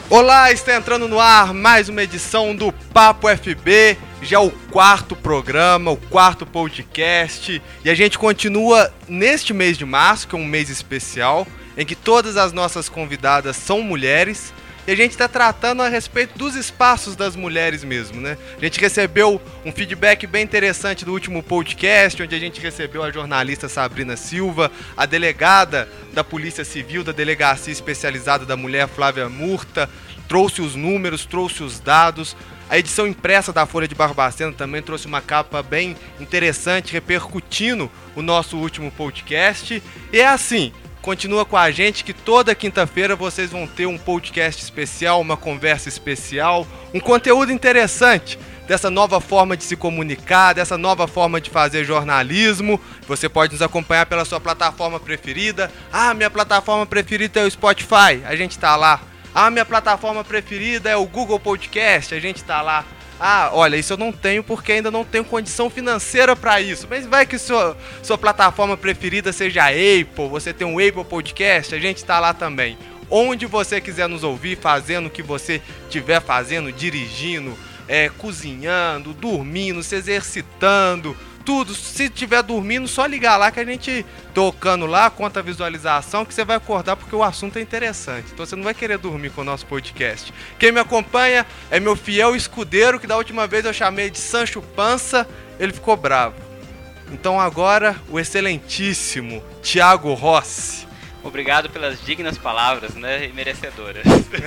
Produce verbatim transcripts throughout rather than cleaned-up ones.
Olá, está entrando no ar mais uma edição do Papo F B, já o quarto programa, o quarto podcast, e a gente continua neste mês de março, que é um mês especial, em que todas as nossas convidadas são mulheres, e a gente está tratando a respeito dos espaços das mulheres mesmo, né? A gente recebeu um feedback bem interessante do último podcast, onde a gente recebeu a jornalista Sabrina Silva, a delegada da Polícia Civil, da Delegacia Especializada da Mulher, Flávia Murta, trouxe os números, trouxe os dados. A edição impressa da Folha de Barbacena também trouxe uma capa bem interessante, repercutindo o nosso último podcast. E é assim, continua com a gente que toda quinta-feira vocês vão ter um podcast especial, uma conversa especial, um conteúdo interessante dessa nova forma de se comunicar, dessa nova forma de fazer jornalismo. Você pode nos acompanhar pela sua plataforma preferida. Ah, minha plataforma preferida é o Spotify, a gente tá lá. Ah, minha plataforma preferida é o Google Podcast, a gente tá lá. Ah, olha, isso eu não tenho porque ainda não tenho condição financeira para isso. Mas vai que sua, sua plataforma preferida seja a Apple, você tem um Apple Podcast, a gente tá lá também. Onde você quiser nos ouvir, fazendo o que você estiver fazendo, dirigindo, é, cozinhando, dormindo, se exercitando, tudo. Se estiver dormindo, só ligar lá que a gente tocando lá, conta a visualização, que você vai acordar porque o assunto é interessante. Então você não vai querer dormir com o nosso podcast. Quem me acompanha é meu fiel escudeiro, que da última vez eu chamei de Sancho Pança, ele ficou bravo. Então agora o excelentíssimo Thiago Rossi. Obrigado pelas dignas palavras, né, e merecedoras.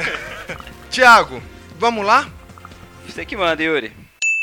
Thiago, vamos lá? Você que manda, Yuri.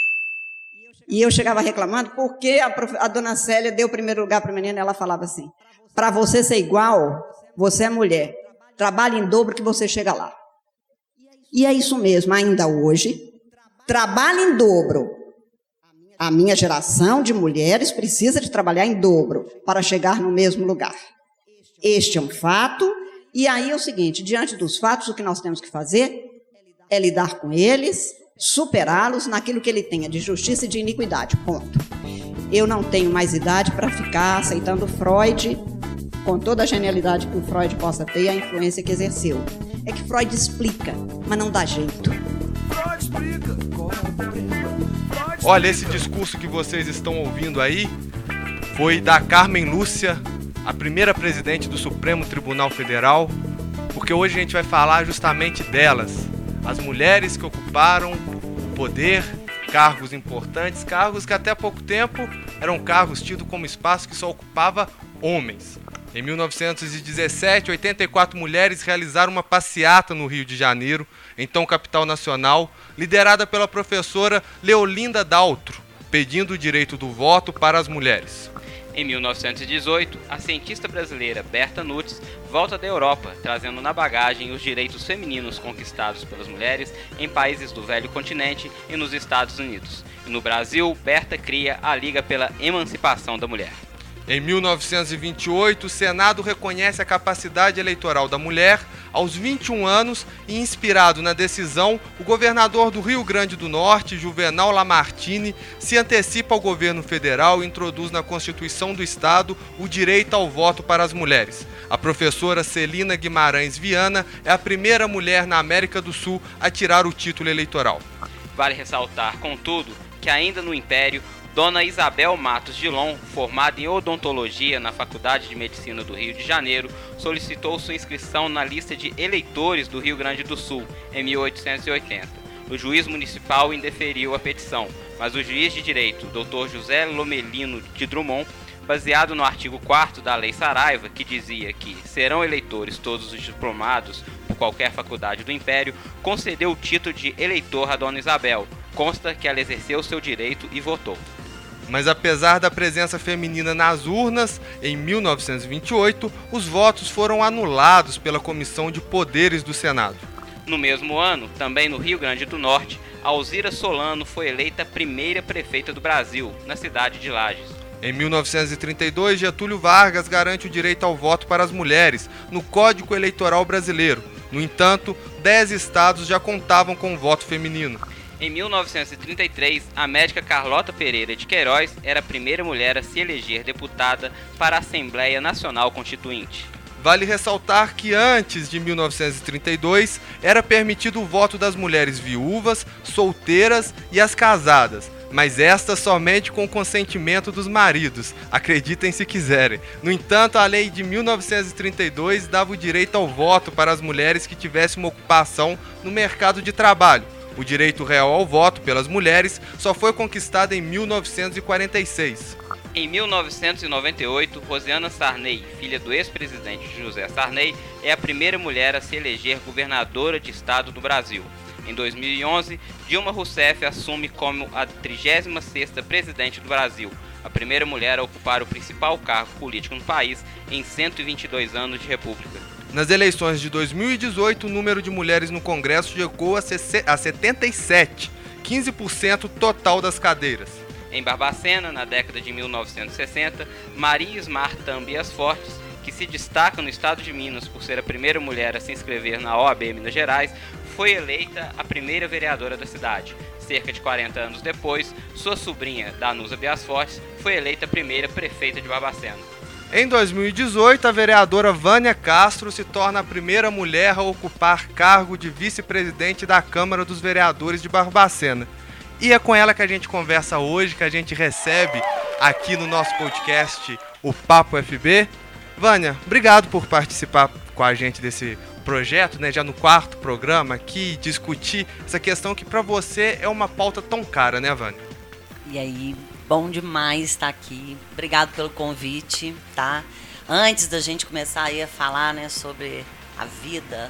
E eu chegava reclamando porque a, prof... a dona Célia deu o primeiro lugar para a menina e ela falava assim: para você ser igual, você é mulher. Trabalhe em dobro que você chega lá. E é isso mesmo, ainda hoje. Trabalhe em dobro. A minha geração de mulheres precisa de trabalhar em dobro para chegar no mesmo lugar. Este é um fato. E aí é o seguinte, diante dos fatos, o que nós temos que fazer é lidar com eles, superá-los naquilo que ele tenha de justiça e de iniquidade, ponto. Eu não tenho mais idade para ficar aceitando Freud, com toda a genialidade que o Freud possa ter e a influência que exerceu. É que Freud explica, mas não dá jeito. Olha, esse discurso que vocês estão ouvindo aí foi da Carmen Lúcia, a primeira presidente do Supremo Tribunal Federal, porque hoje a gente vai falar justamente delas. As mulheres que ocuparam o poder, cargos importantes, cargos que até pouco tempo eram cargos tidos como espaço que só ocupava homens. Em mil novecentos e dezessete, oitenta e quatro mulheres realizaram uma passeata no Rio de Janeiro, então capital nacional, liderada pela professora Leolinda Daltro, pedindo o direito do voto para as mulheres. Em mil novecentos e dezoito, a cientista brasileira Berta Nuttes volta da Europa, trazendo na bagagem os direitos femininos conquistados pelas mulheres em países do velho continente e nos Estados Unidos. E no Brasil, Berta cria a Liga pela Emancipação da Mulher. Em mil novecentos e vinte e oito, o Senado reconhece a capacidade eleitoral da mulher aos vinte e um anos e, inspirado na decisão, o governador do Rio Grande do Norte, Juvenal Lamartine, se antecipa ao governo federal e introduz na Constituição do Estado o direito ao voto para as mulheres. A professora Celina Guimarães Viana é a primeira mulher na América do Sul a tirar o título eleitoral. Vale ressaltar, contudo, que ainda no Império, Dona Isabel Matos Dilon, formada em odontologia na Faculdade de Medicina do Rio de Janeiro, solicitou sua inscrição na lista de eleitores do Rio Grande do Sul em mil oitocentos e oitenta. O juiz municipal indeferiu a petição, mas o juiz de direito, doutor José Lomelino de Drummond, baseado no artigo quarto da Lei Saraiva, que dizia que serão eleitores todos os diplomados por qualquer faculdade do Império, concedeu o título de eleitor a Dona Isabel. Consta que ela exerceu seu direito e votou. Mas apesar da presença feminina nas urnas, em mil novecentos e vinte e oito, os votos foram anulados pela Comissão de Poderes do Senado. No mesmo ano, também no Rio Grande do Norte, Alzira Solano foi eleita primeira prefeita do Brasil, na cidade de Lages. Em mil novecentos e trinta e dois, Getúlio Vargas garante o direito ao voto para as mulheres no Código Eleitoral Brasileiro. No entanto, dez estados já contavam com o voto feminino. Em mil novecentos e trinta e três, a médica Carlota Pereira de Queiroz era a primeira mulher a se eleger deputada para a Assembleia Nacional Constituinte. Vale ressaltar que antes de mil novecentos e trinta e dois era permitido o voto das mulheres viúvas, solteiras e as casadas, mas estas somente com o consentimento dos maridos, acreditem se quiserem. No entanto, a lei de mil novecentos e trinta e dois dava o direito ao voto para as mulheres que tivessem uma ocupação no mercado de trabalho. O direito real ao voto pelas mulheres só foi conquistado em mil novecentos e quarenta e seis. Em mil novecentos e noventa e oito, Rosiana Sarney, filha do ex-presidente José Sarney, é a primeira mulher a se eleger governadora de estado do Brasil. Em dois mil e onze, Dilma Rousseff assume como a trigésima sexta presidente do Brasil, a primeira mulher a ocupar o principal cargo político no país em cento e vinte e dois anos de república. Nas eleições de dois mil e dezoito, o número de mulheres no Congresso chegou a setenta e sete, quinze por cento total das cadeiras. Em Barbacena, na década de mil novecentos e sessenta, Maria Ismar Tambias Fortes, que se destaca no estado de Minas por ser a primeira mulher a se inscrever na O A B Minas Gerais, foi eleita a primeira vereadora da cidade. Cerca de quarenta anos depois, sua sobrinha, Danusa Bias Fortes, foi eleita a primeira prefeita de Barbacena. Em dois mil e dezoito, a vereadora Vânia Castro se torna a primeira mulher a ocupar cargo de vice-presidente da Câmara dos Vereadores de Barbacena. E é com ela que a gente conversa hoje, que a gente recebe aqui no nosso podcast, o Papo F B. Vânia, obrigado por participar com a gente desse projeto, né, já no quarto programa aqui, discutir essa questão que para você é uma pauta tão cara, né, Vânia? E aí, bom demais estar aqui. Obrigado pelo convite, tá? Antes da gente começar aí a falar, né, sobre a vida,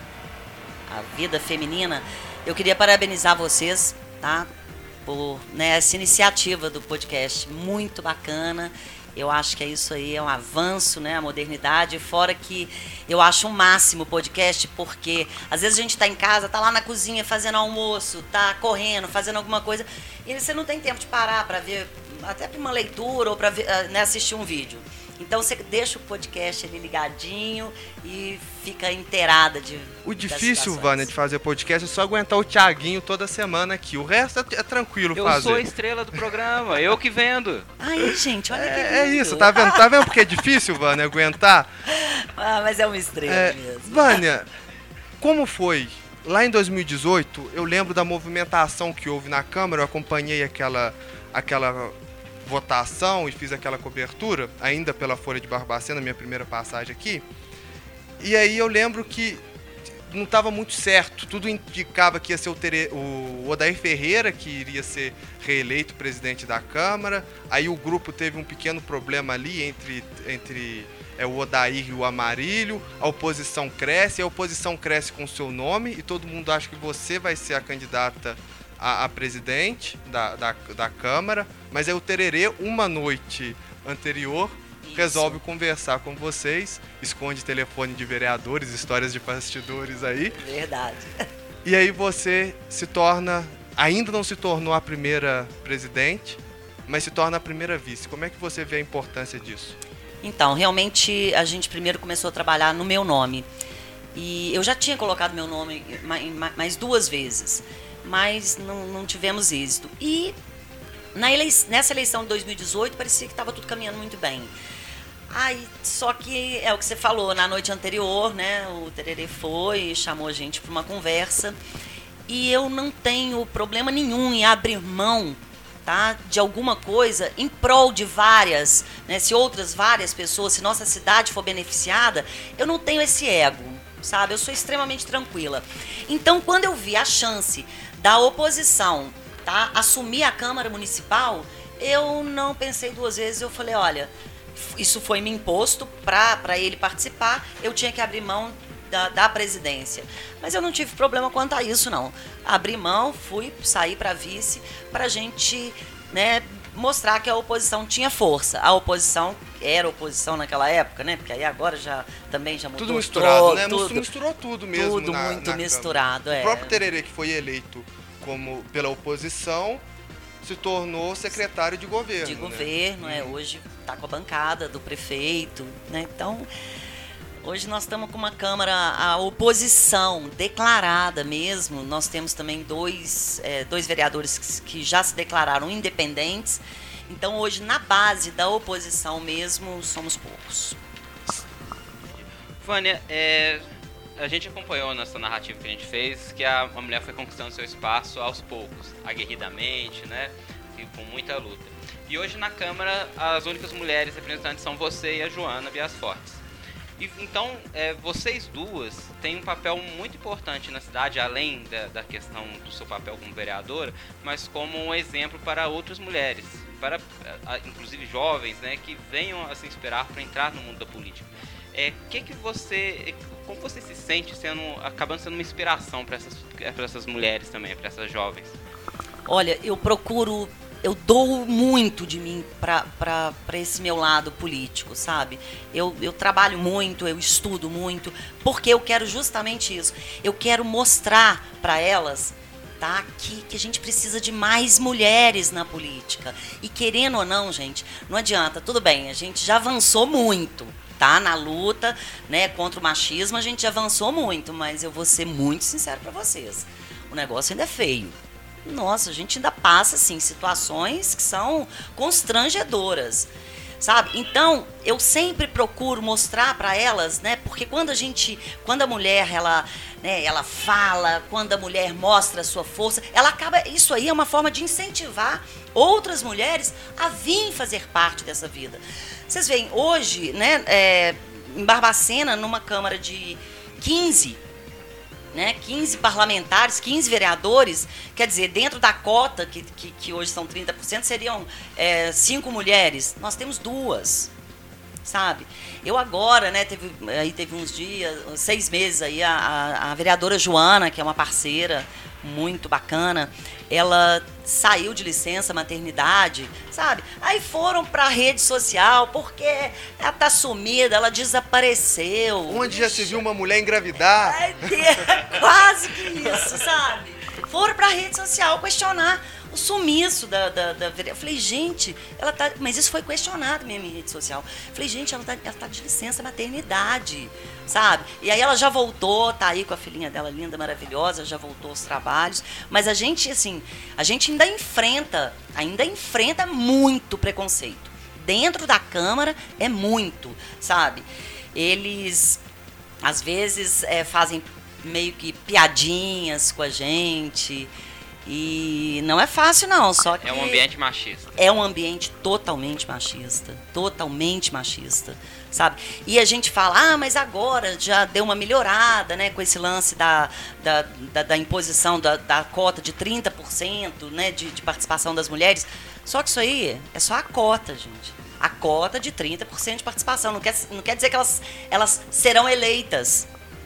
a vida feminina, eu queria parabenizar vocês, tá? Por, né, essa iniciativa do podcast, muito bacana. Eu acho que é isso aí, é um avanço, né, a modernidade, fora que eu acho um máximo o podcast, porque às vezes a gente está em casa, está lá na cozinha fazendo almoço, está correndo, fazendo alguma coisa, e você não tem tempo de parar para ver, até para uma leitura ou para, né, assistir um vídeo. Então você deixa o podcast ali ligadinho e fica inteirada de. O difícil, Vânia, de fazer podcast é só aguentar o Thiaguinho toda semana aqui. O resto é, é tranquilo eu fazer. Eu sou a estrela do programa, eu que vendo. Aí, gente, olha é, que lindo. É isso, tá vendo? Tá vendo porque é difícil, Vânia, aguentar? Ah, mas é uma estrela é, mesmo. Vânia, como foi? Lá em dois mil e dezoito, eu lembro da movimentação que houve na Câmara, eu acompanhei aquela, aquela votação e fiz aquela cobertura, ainda pela Folha de Barbacena, minha primeira passagem aqui. E aí eu lembro que não estava muito certo, tudo indicava que ia ser o, Tere, o Odair Ferreira que iria ser reeleito presidente da Câmara. Aí o grupo teve um pequeno problema ali entre, entre é, o Odair e o Amarílio, a oposição cresce, a oposição cresce com o seu nome e todo mundo acha que você vai ser a candidata A, a presidente da, da, da Câmara, mas aí o Tererê, uma noite anterior, Isso. resolve conversar com vocês, esconde telefone de vereadores, histórias de bastidores aí. Verdade. E aí você se torna, ainda não se tornou a primeira presidente, mas se torna a primeira vice. Como é que você vê a importância disso? Então, realmente a gente primeiro começou a trabalhar no meu nome. E eu já tinha colocado meu nome mais duas vezes, mas não, não tivemos êxito. E na elei- nessa eleição de dois mil e dezoito parecia que estava tudo caminhando muito bem. Aí, só que é o que você falou, na noite anterior, né, o Tererê foi e chamou a gente para uma conversa, e eu não tenho problema nenhum em abrir mão, tá, de alguma coisa em prol de várias, né, se outras várias pessoas, se nossa cidade for beneficiada, eu não tenho esse ego, sabe, eu sou extremamente tranquila. Então, quando eu vi a chance da oposição, tá, assumir a Câmara Municipal, eu não pensei duas vezes, eu falei, olha, isso foi me imposto para ele participar, eu tinha que abrir mão da, da presidência. Mas eu não tive problema quanto a isso, não. Abri mão, fui sair para vice, para a gente, né, mostrar que a oposição tinha força. A oposição era oposição naquela época, né? Porque aí agora já também já mudou. Tudo misturado, todo, né? Tudo, misturou tudo mesmo. Tudo na, muito na misturado, é. O próprio Tererê, que foi eleito como, pela oposição, se tornou secretário de governo. De né? governo, é. Hoje está com a bancada do prefeito, né? Então, hoje nós estamos com uma Câmara, a oposição declarada mesmo. Nós temos também dois, é, dois vereadores que, que já se declararam independentes. Então, hoje, na base da oposição mesmo, somos poucos. Vânia, é, a gente acompanhou nessa narrativa que a gente fez que a, a mulher foi conquistando seu espaço aos poucos, aguerridamente, né? E com muita luta. E hoje na Câmara as únicas mulheres representantes são você e a Joana Bias Fortes. E, então, é, vocês duas têm um papel muito importante na cidade, além da, da questão do seu papel como vereadora, mas como um exemplo para outras mulheres, para inclusive jovens, né, que venham a se inspirar para entrar no mundo da política. É, que que você, como você se sente sendo, acabando sendo uma inspiração para essas, para essas mulheres também, para essas jovens? Olha, eu procuro, eu dou muito de mim para esse meu lado político, sabe? Eu, eu trabalho muito, eu estudo muito, porque eu quero justamente isso. Eu quero mostrar para elas, tá, que, que a gente precisa de mais mulheres na política. E querendo ou não, gente, não adianta, tudo bem, a gente já avançou muito, tá, na luta, né, contra o machismo, a gente já avançou muito, mas eu vou ser muito sincero para vocês, o negócio ainda é feio. Nossa, a gente ainda passa, assim, situações que são constrangedoras, sabe? Então, eu sempre procuro mostrar para elas, né? Porque quando a gente, quando a mulher, ela, né, ela fala, quando a mulher mostra a sua força, ela acaba, isso aí é uma forma de incentivar outras mulheres a virem fazer parte dessa vida. Vocês veem, hoje, né, é, em Barbacena, numa Câmara de quinze, né, quinze parlamentares, quinze vereadores, quer dizer, dentro da cota, que, que, que hoje são trinta por cento, seriam é, cinco mulheres. Nós temos duas, sabe? Eu agora, né, teve, aí teve uns dias, seis meses aí, a, a, a vereadora Joana, que é uma parceira muito bacana, ela saiu de licença maternidade, sabe? Aí foram pra rede social, porque ela tá sumida, ela desapareceu. Onde já se viu uma mulher engravidar? É, quase que isso, sabe? Foram pra rede social questionar o sumiço da, da, da vereadora. Eu falei, gente, ela tá... Mas isso foi questionado mesmo em rede social. Eu falei, gente, ela tá, ela tá de licença maternidade, sabe? E aí ela já voltou, tá aí com a filhinha dela linda, maravilhosa, já voltou aos trabalhos. Mas a gente, assim, a gente ainda enfrenta, ainda enfrenta muito preconceito. Dentro da Câmara é muito, sabe? Eles, às vezes, é, fazem meio que piadinhas com a gente... E não é fácil, não, só que... É um ambiente machista. É um ambiente totalmente machista, totalmente machista, sabe? E a gente fala, ah, mas agora já deu uma melhorada, né, com esse lance da, da, da, da imposição da, da cota de trinta por cento, né, de, de participação das mulheres. Só que isso aí é só a cota, gente. A cota de trinta por cento de participação. Não quer, não quer dizer que elas, elas serão eleitas.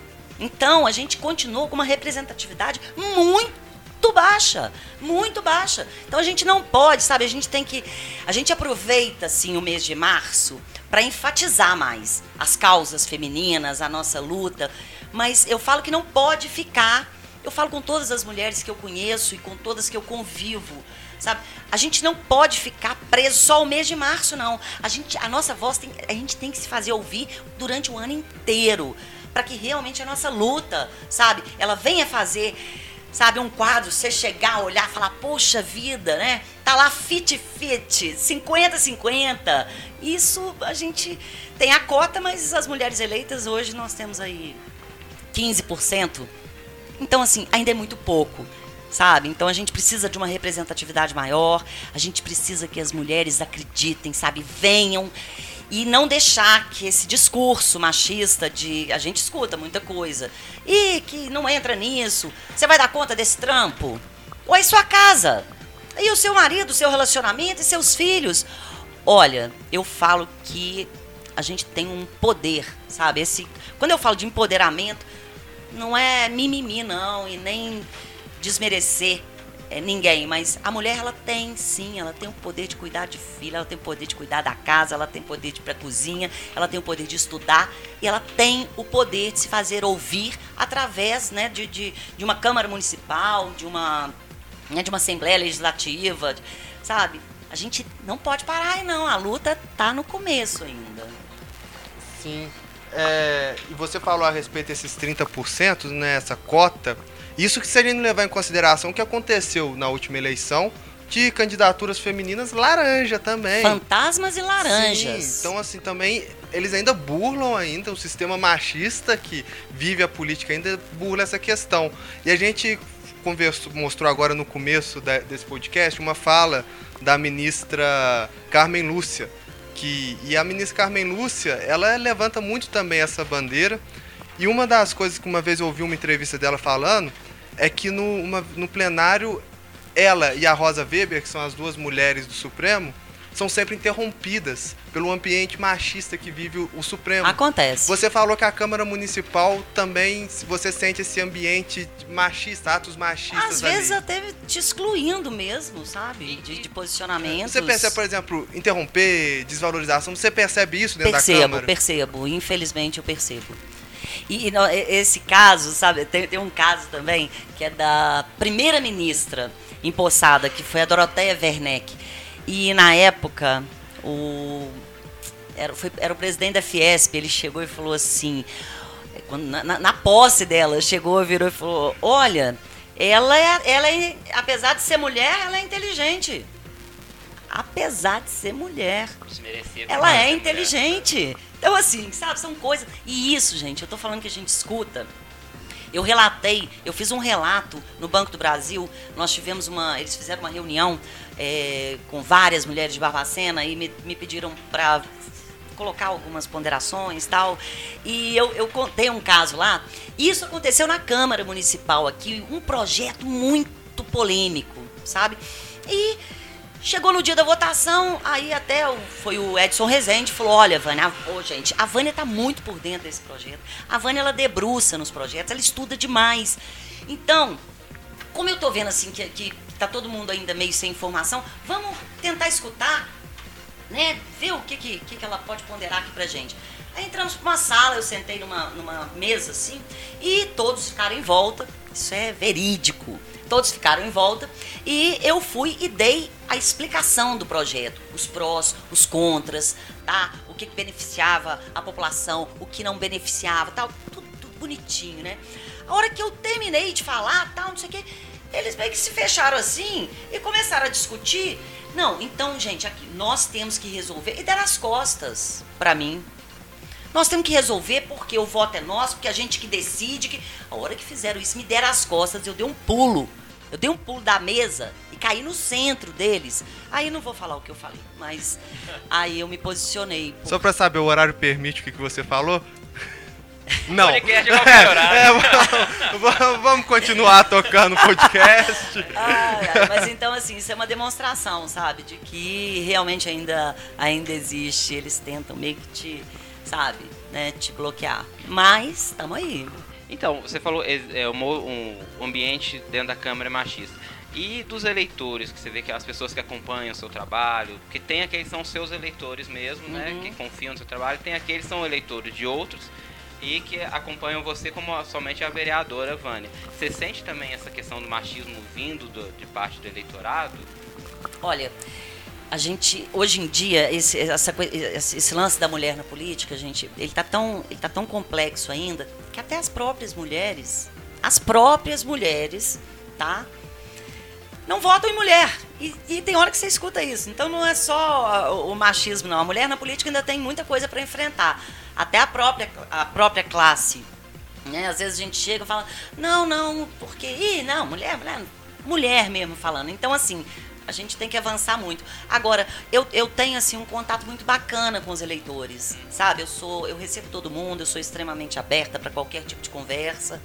Então, a gente continua com uma representatividade muito muito baixa, muito baixa. Então a gente não pode, sabe, a gente tem que, a gente aproveita, assim, o mês de março para enfatizar mais as causas femininas, a nossa luta, mas eu falo que não pode ficar, eu falo com todas as mulheres que eu conheço e com todas que eu convivo, sabe, a gente não pode ficar preso só ao mês de março, não. A gente, a nossa voz, tem, a gente tem que se fazer ouvir durante o ano inteiro, para que realmente a nossa luta, sabe, ela venha fazer... Sabe, um quadro, você chegar, olhar, falar, poxa vida, né? Tá lá fit-fit, cinquenta a cinquenta. Isso a gente tem a cota, mas as mulheres eleitas hoje nós temos aí quinze por cento. Então, assim, ainda é muito pouco, sabe? Então a gente precisa de uma representatividade maior, a gente precisa que as mulheres acreditem, sabe? Venham. E não deixar que esse discurso machista de... A gente escuta muita coisa. E que não entra nisso. Você vai dar conta desse trampo? Ou é sua casa? E o seu marido, o seu relacionamento e seus filhos? Olha, eu falo que a gente tem um poder, sabe? Esse, quando eu falo de empoderamento, não é mimimi, não. E nem desmerecer é, ninguém, mas a mulher, ela tem sim, ela tem o poder de cuidar de filha, ela tem o poder de cuidar da casa, ela tem o poder de ir para a cozinha, ela tem o poder de estudar e ela tem o poder de se fazer ouvir através, né, de, de, de uma Câmara Municipal, de uma, né, de uma Assembleia Legislativa, sabe? A gente não pode parar, não, a luta está no começo ainda. Sim, é, e você falou a respeito desses trinta por cento, né, essa cota. Isso que se a gente levar em consideração o que aconteceu na última eleição de candidaturas femininas laranja também. Fantasmas e laranjas. Sim, então assim, também eles ainda burlam ainda, o sistema machista que vive a política ainda burla essa questão. E a gente conversou, mostrou agora no começo da, desse podcast uma fala da ministra Carmen Lúcia, que, e a ministra Carmen Lúcia, ela levanta muito também essa bandeira, e uma das coisas que uma vez eu ouvi uma entrevista dela falando, é que no, uma, no plenário, ela e a Rosa Weber, que são as duas mulheres do Supremo, são sempre interrompidas pelo ambiente machista que vive o, o Supremo. Acontece. Você falou que a Câmara Municipal também, você sente esse ambiente machista, atos machistas. Às vezes ali. até te excluindo mesmo, sabe? De, de posicionamentos. Você percebe, por exemplo, interromper, desvalorização, você percebe isso dentro percebo, da Câmara? Percebo, percebo. Infelizmente eu percebo. E, e esse caso, sabe, tem, tem um caso também, que é da primeira-ministra empossada, que foi a Doroteia Werneck. E na época, o, era, foi, era o presidente da Fiesp, ele chegou e falou assim, quando, na, na posse dela, chegou, virou e falou, olha, ela é, ela é, apesar de ser mulher, ela é inteligente. Apesar de ser mulher, ela é inteligente. Então, assim, sabe, são coisas... E isso, gente, eu tô falando que a gente escuta... Eu relatei, eu fiz um relato no Banco do Brasil, nós tivemos uma, eles fizeram uma reunião é, com várias mulheres de Barbacena e me, me pediram para colocar algumas ponderações e tal, e eu, eu contei um caso lá. Isso aconteceu na Câmara Municipal aqui, um projeto muito polêmico, sabe? E chegou no dia da votação, aí até o, foi o Edson Rezende, falou, olha, Vânia, a, oh, gente, a Vânia está muito por dentro desse projeto. A Vânia, ela debruça nos projetos, ela estuda demais. Então, como eu estou vendo assim que, que tá todo mundo ainda meio sem informação, vamos tentar escutar, né, ver o que, que, que ela pode ponderar aqui pra gente. Aí entramos para uma sala, eu sentei numa, numa mesa assim, e todos ficaram em volta, isso é verídico. Todos ficaram em volta e eu fui e dei a explicação do projeto, os prós, os contras, tá? O que beneficiava a população, o que não beneficiava, tal, tudo, tudo bonitinho, né? A hora que eu terminei de falar, tal, não sei o quê, eles meio que se fecharam assim e começaram a discutir. Não, então, gente, aqui, nós temos que resolver, e deram as costas pra mim. Nós temos que resolver porque o voto é nosso, porque a gente que decide. Que... A hora que fizeram isso, me deram as costas, eu dei um pulo. Eu dei um pulo da mesa e caí no centro deles. Aí não vou falar o que eu falei, mas aí eu me posicionei. Por... Só pra saber, o horário permite o que você falou? Não. Podcast de qualquer horário. É, é, vamos, vamos continuar tocando o podcast. Ai, ai, mas então, assim, isso é uma demonstração, sabe? De que realmente ainda, ainda existe. Eles tentam meio que te, sabe, né, te bloquear. Mas, estamos aí. Então, você falou é, é, um, um ambiente dentro da Câmara machista. E dos eleitores, que você vê que as pessoas que acompanham o seu trabalho, porque tem aqueles que são seus eleitores mesmo, uhum. né, que confiam no seu trabalho, tem aqueles que são eleitores de outros e que acompanham você como somente a vereadora Vânia. Você sente também essa questão do machismo vindo do, de parte do eleitorado? Olha, a gente, hoje em dia, esse, essa, esse lance da mulher na política, gente, ele está tão, ele tá tão complexo ainda, que até as próprias mulheres, as próprias mulheres, tá, não votam em mulher. E, e tem hora que você escuta isso. Então não é só o, o machismo, não. A mulher na política ainda tem muita coisa para enfrentar. Até a própria, a própria classe. Né? Às vezes a gente chega e fala, não, não, porque... Ih, não, mulher, mulher, mulher mesmo falando. Então, assim... A gente tem que avançar muito. Agora, eu, eu tenho assim um contato muito bacana com os eleitores, sabe? Eu sou, eu recebo todo mundo, eu sou extremamente aberta para qualquer tipo de conversa.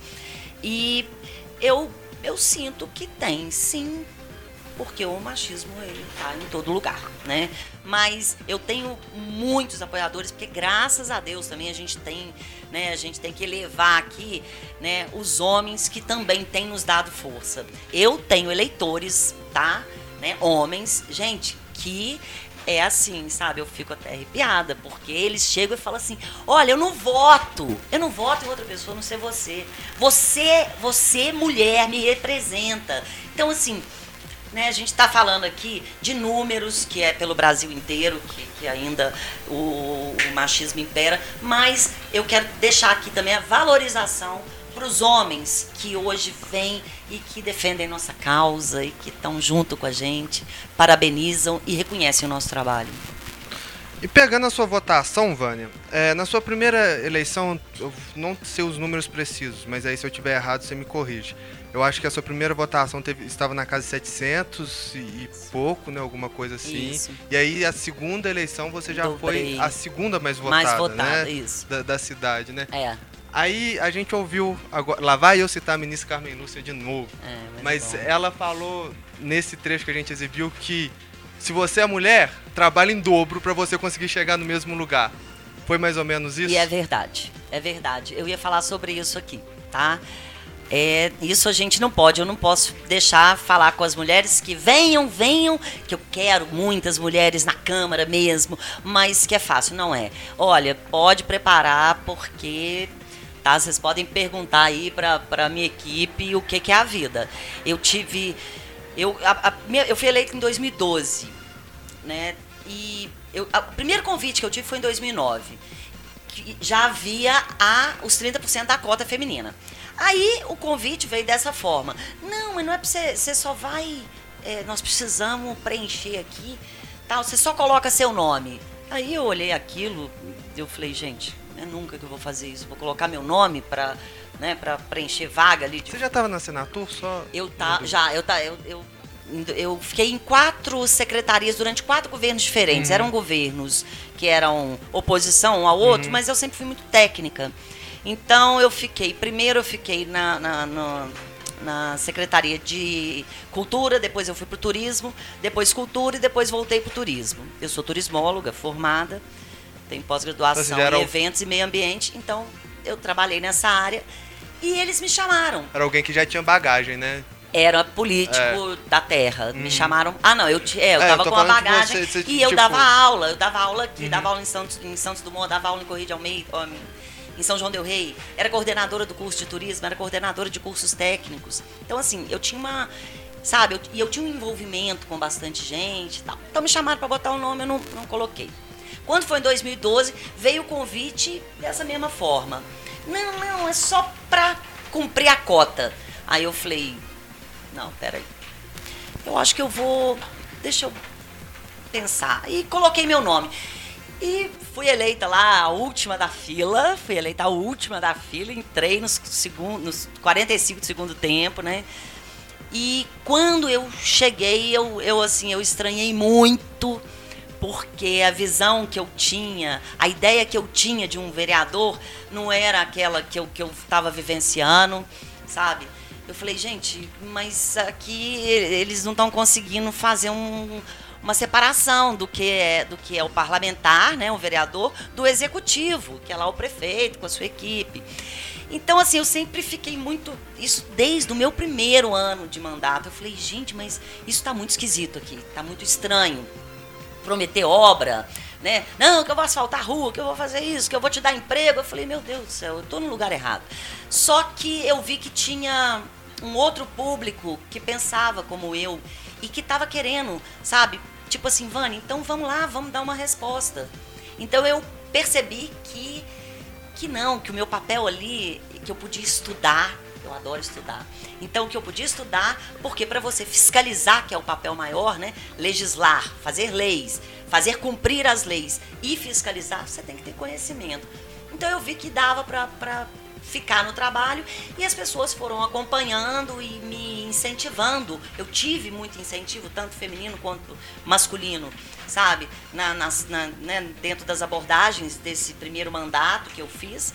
E eu, eu sinto que tem, sim, porque o machismo ele tá em todo lugar, né? Mas eu tenho muitos apoiadores, porque graças a Deus também a gente tem, né? A gente tem que elevar aqui, né? Os homens que também têm nos dado força. Eu tenho eleitores, tá? Né, homens, gente, que é assim, sabe, eu fico até arrepiada, porque eles chegam e falam assim, olha, eu não voto, eu não voto em outra pessoa, a não ser você, você, você mulher, me representa. Então, assim, né, a gente está falando aqui de números, que é pelo Brasil inteiro, que, que ainda o, o machismo impera, mas eu quero deixar aqui também a valorização para os homens que hoje vêm e que defendem nossa causa e que estão junto com a gente, parabenizam e reconhecem o nosso trabalho. E pegando a sua votação, Vânia, é, na sua primeira eleição, eu não sei os números precisos, mas aí se eu estiver errado você me corrige. Eu acho que a sua primeira votação teve, estava na casa de setecentos e, e pouco, né, alguma coisa assim. Isso. E aí a segunda eleição você já Dobrei. foi a segunda mais votada, Mais votada, né, isso. Da, da cidade, né? É. Aí a gente ouviu, agora, lá vai eu citar a ministra Carmen Lúcia de novo, É, mas bom. ela falou nesse trecho que a gente exibiu que se você é mulher, trabalha em dobro para você conseguir chegar no mesmo lugar. Foi mais ou menos isso? E é verdade, é verdade. Eu ia falar sobre isso aqui, tá? É, isso a gente não pode, eu não posso deixar falar com as mulheres que venham, venham, que eu quero muitas mulheres na Câmara mesmo, mas que é fácil, não é. Olha, pode preparar porque... Tá, vocês podem perguntar aí para a minha equipe o que, que é a vida. Eu tive... Eu, a, a, eu fui eleita em dois mil e doze, né? E eu, a, o primeiro convite que eu tive foi em dois mil e nove. Que já havia a, os trinta por cento da cota feminina. Aí o convite veio dessa forma. Não, mas não é para você... Você só vai... É, nós precisamos preencher aqui. Tal, você só coloca seu nome. Aí eu olhei aquilo e eu falei, gente... É nunca que eu vou fazer isso. Vou colocar meu nome para, né, para preencher vaga ali. De... Você já estava na Senatur? Só... Eu tá, já, eu tá, eu, eu, eu fiquei em quatro secretarias durante quatro governos diferentes. Uhum. Eram governos que eram oposição um ao outro, uhum. mas eu sempre fui muito técnica. Então eu fiquei, primeiro eu fiquei na, na, na, na Secretaria de Cultura, depois eu fui para o Turismo, depois Cultura e depois voltei para o Turismo. Eu sou turismóloga formada. Tem pós-graduação em eventos e meio ambiente, então eu trabalhei nessa área e eles me chamaram. Era alguém que já tinha bagagem, né? Era político é. da terra. Hum. Me chamaram. Ah, não, eu, é, eu é, tava eu com a bagagem você, você, e eu tipo... dava aula. Eu dava aula aqui, uhum. dava aula em Santos, em Santos Dumont, dava aula em Correia de Almeida, em São João del Rei. Era coordenadora do curso de turismo, era coordenadora de cursos técnicos. Então, assim, eu tinha uma. Sabe, eu, e eu tinha um envolvimento com bastante gente e tal. Então me chamaram para botar o nome, eu não, não coloquei. Quando foi em dois mil e doze, veio o convite dessa mesma forma. Não, não, é só para cumprir a cota. Aí eu falei, não, peraí. Eu acho que eu vou... Deixa eu pensar. E coloquei meu nome. E fui eleita lá, a última da fila. Fui eleita a última da fila. Entrei nos, segundo, nos quarenta e cinco do segundo tempo, né? E quando eu cheguei, eu, eu, assim, eu estranhei muito... Porque a visão que eu tinha, a ideia que eu tinha de um vereador não era aquela que eu que eu estava vivenciando, sabe? Eu falei, gente, mas aqui eles não estão conseguindo fazer um, uma separação do que, é, do que é o parlamentar, né, o vereador, do executivo, que é lá o prefeito com a sua equipe. Então, assim, eu sempre fiquei muito... Isso desde o meu primeiro ano de mandato. Eu falei, gente, mas isso está muito esquisito aqui, está muito estranho. Prometer obra, né? Não, que eu vou asfaltar a rua, que eu vou fazer isso, que eu vou te dar emprego. Eu falei, meu Deus do céu, eu tô no lugar errado. Só que eu vi que tinha um outro público que pensava como eu e que estava querendo, sabe? Tipo assim, Vânia, então vamos lá, vamos dar uma resposta. Então eu percebi que, que não, que o meu papel ali, que eu podia estudar. Eu adoro estudar. Então, que eu podia estudar, porque para você fiscalizar, que é o papel maior, né? Legislar, fazer leis, fazer cumprir as leis e fiscalizar, você tem que ter conhecimento. Então, eu vi que dava para ficar no trabalho e as pessoas foram acompanhando e me incentivando. Eu tive muito incentivo, tanto feminino quanto masculino, sabe? Na, nas, na, né? Dentro das abordagens desse primeiro mandato que eu fiz.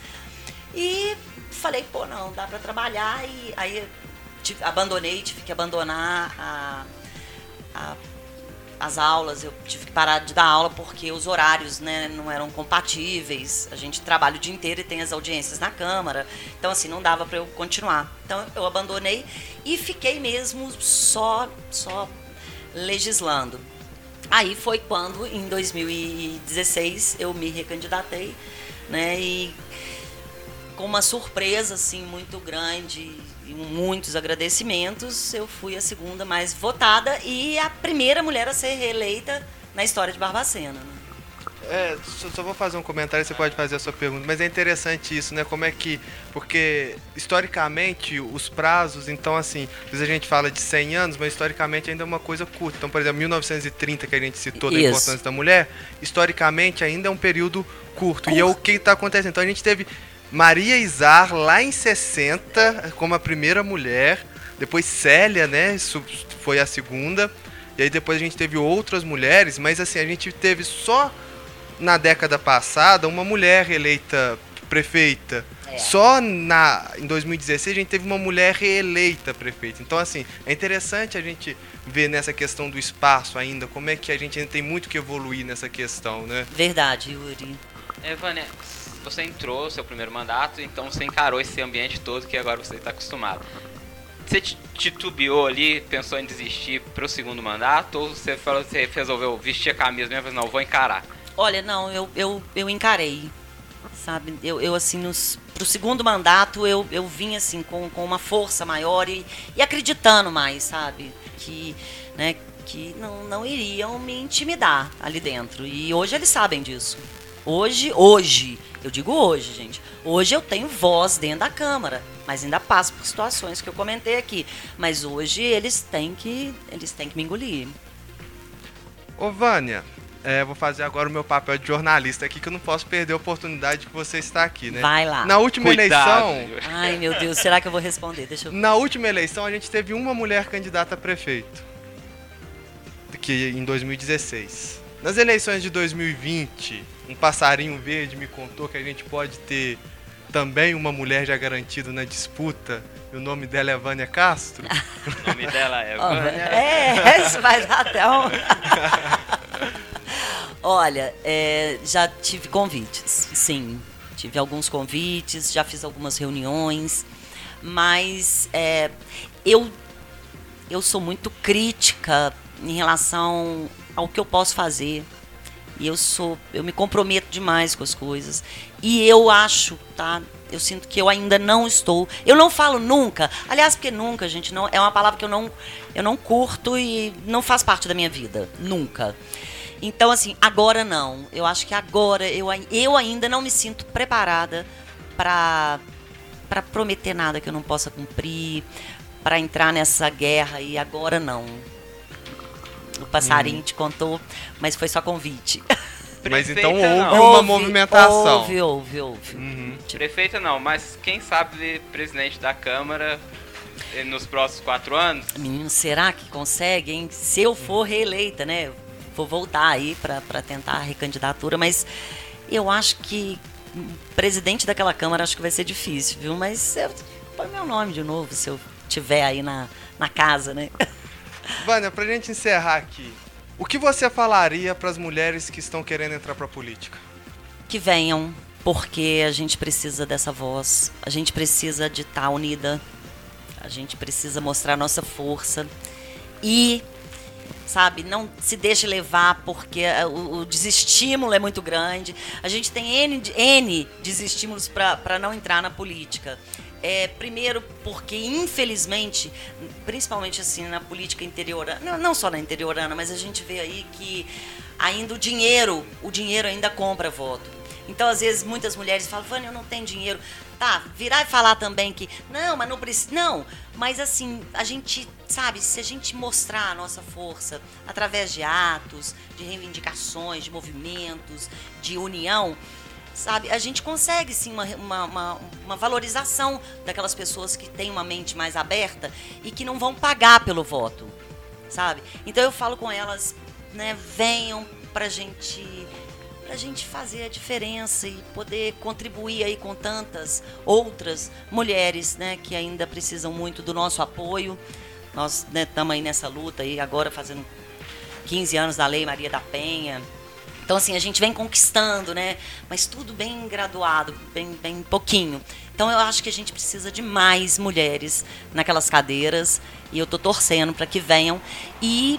E falei, pô, não, dá para trabalhar. E aí tive, abandonei, tive que abandonar a, a, as aulas. Eu tive que parar de dar aula porque os horários, né, não eram compatíveis. A gente trabalha o dia inteiro e tem as audiências na Câmara. Então, assim, não dava para eu continuar. Então, eu abandonei e fiquei mesmo só, só legislando. Aí foi quando, em dois mil e dezesseis, eu me recandidatei, né, e... com uma surpresa assim muito grande e muitos agradecimentos, eu fui a segunda mais votada e a primeira mulher a ser reeleita na história de Barbacena, né? É, só, só vou fazer um comentário, você pode fazer a sua pergunta, mas é interessante isso, né? Como é que... Porque, historicamente, os prazos, então, assim, às vezes a gente fala de cem anos, mas historicamente ainda é uma coisa curta. Então, por exemplo, mil novecentos e trinta, que a gente citou da Isso. importância da mulher, historicamente ainda é um período curto. curto. E é o que está acontecendo. Então, a gente teve Maria Izar, lá em sessenta, como a primeira mulher, depois Célia, né? Isso foi a segunda, e aí depois a gente teve outras mulheres, mas, assim, a gente teve só... Na década passada, uma mulher eleita prefeita. É. Só na, em dois mil e dezesseis a gente teve uma mulher reeleita prefeita. Então, assim, é interessante a gente ver nessa questão do espaço ainda, como é que a gente ainda tem muito que evoluir nessa questão, né? Verdade, Yuri. É, Vânia, você entrou seu primeiro mandato, então você encarou esse ambiente todo que agora você está acostumado. Você titubeou ali, pensou em desistir para o segundo mandato, ou você, falou, você resolveu vestir a camisa mesmo e falou, não, vou encarar? Olha, não, eu, eu, eu encarei, sabe, eu, eu assim, nos, pro segundo mandato eu, eu vim assim, com, com uma força maior e, e acreditando mais, sabe, que, né, que não, não iriam me intimidar ali dentro, e hoje eles sabem disso, hoje, hoje, eu digo hoje, gente, hoje eu tenho voz dentro da Câmara, mas ainda passo por situações que eu comentei aqui, mas hoje eles têm que, eles têm que me engolir. Ô, Vânia, É, vou fazer agora o meu papel de jornalista aqui, que eu não posso perder a oportunidade que você está aqui, né? Vai lá. Na última Cuidado. eleição... Ai, meu Deus, será que eu vou responder? Deixa eu... Na última eleição, a gente teve uma mulher candidata a prefeito, que em dois mil e dezesseis. Nas eleições de dois mil e vinte, um passarinho verde me contou que a gente pode ter também uma mulher já garantida na disputa, e o nome dela é Vânia Castro. O nome dela é Vânia. É, isso vai dar até um... Olha, é, já tive convites, sim. Tive alguns convites, já fiz algumas reuniões, mas é, eu, eu sou muito crítica em relação ao que eu posso fazer. E eu sou, eu me comprometo demais com as coisas. E eu acho, tá? Eu sinto que eu ainda não estou. Eu não falo nunca. Aliás, porque nunca, gente, não é uma palavra que eu não, eu não curto e não faz parte da minha vida. Nunca. Então, assim, agora não. Eu acho que agora eu, eu ainda não me sinto preparada para para prometer nada que eu não possa cumprir, para entrar nessa guerra, e agora não. O passarinho hum. te contou, mas foi só convite. Mas Prefeita, então houve não. uma Houve, movimentação. Houve, houve, houve. Uhum. Prefeita não, mas quem sabe presidente da Câmara nos próximos quatro anos? Menino, será que consegue, hein? Se eu for reeleita, né? Vou voltar aí para tentar a recandidatura, mas eu acho que presidente daquela Câmara acho que vai ser difícil, viu? Mas eu põe meu nome de novo, se eu tiver aí na, na casa, né? Vânia, pra gente encerrar aqui, o que você falaria para as mulheres que estão querendo entrar pra política? Que venham, porque a gente precisa dessa voz, a gente precisa de estar unida, a gente precisa mostrar nossa força e... sabe, não se deixe levar porque o, o desestímulo é muito grande. A gente tem N, N desestímulos para não entrar na política. É, primeiro porque, infelizmente, principalmente assim na política interiorana, não, não só na interiorana, mas a gente vê aí que ainda o dinheiro, o dinheiro ainda compra voto. Então, às vezes, muitas mulheres falam, Vânia, eu não tenho dinheiro. Tá, virar e falar também que, não, mas não precisa, não. Mas, assim, a gente, sabe, se a gente mostrar a nossa força através de atos, de reivindicações, de movimentos, de união, sabe, a gente consegue, sim, uma, uma, uma, uma valorização daquelas pessoas que têm uma mente mais aberta e que não vão pagar pelo voto, sabe? Então, eu falo com elas, né, venham pra gente... a gente fazer a diferença e poder contribuir aí com tantas outras mulheres, né, que ainda precisam muito do nosso apoio. Nós estamos, né, aí nessa luta aí agora fazendo quinze anos da Lei Maria da Penha. Então, assim, a gente vem conquistando, né, mas tudo bem graduado, bem, bem pouquinho. Então, eu acho que a gente precisa de mais mulheres naquelas cadeiras e eu tô torcendo para que venham. E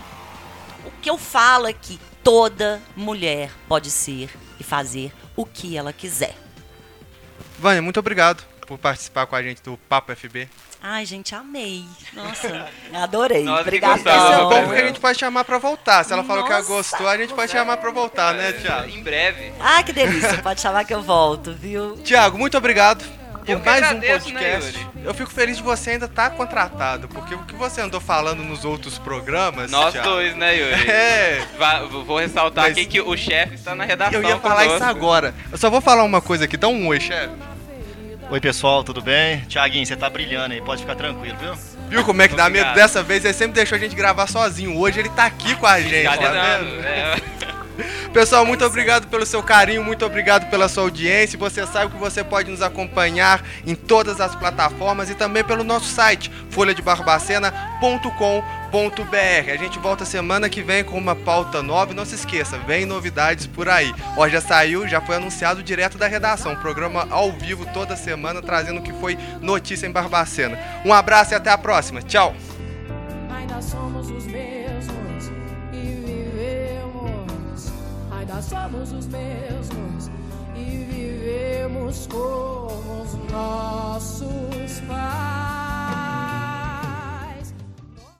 o que eu falo é que toda mulher pode ser e fazer o que ela quiser. Vânia, muito obrigado. por participar com a gente do Papo F B. Ai, gente, amei. Nossa, adorei. Nossa, Obrigada. que gostoso. É Não, bom é porque a gente pode chamar pra voltar. Se ela falou que ela Nossa. gostou, a gente pode chamar pra voltar, né, Tiago? Em breve. Ah, que delícia. Pode chamar que eu volto, viu? Tiago, muito obrigado Eu por que mais agradeço, um né, podcast. Yuri? Eu fico feliz de você ainda estar contratado, porque o que você andou falando nos outros programas, Nós Thiago, dois, né, Yuri? É. Va- vou ressaltar Mas- aqui que o chefe está na redação. Eu ia falar conosco. isso agora. Eu só vou falar uma coisa aqui. Dá um oi, chefe. Oi pessoal, tudo bem? Tiaguinho, você tá brilhando aí, pode ficar tranquilo, viu? Viu como é que dá Obrigado. medo? Dessa vez ele sempre deixou a gente gravar sozinho. Hoje ele tá aqui com a gente, tá Coordenando, vendo? é. Pessoal, muito obrigado pelo seu carinho, muito obrigado pela sua audiência. Você sabe que você pode nos acompanhar em todas as plataformas e também pelo nosso site, folha de barbacena ponto com ponto b r. A gente volta semana que vem com uma pauta nova e não se esqueça, vem novidades por aí. Ó, já saiu, já foi anunciado direto da redação, um programa ao vivo toda semana trazendo o que foi notícia em Barbacena. Um abraço e até a próxima. Tchau! Ainda somos os mesmos e vivemos. Ainda somos os mesmos e vivemos como os nossos pais.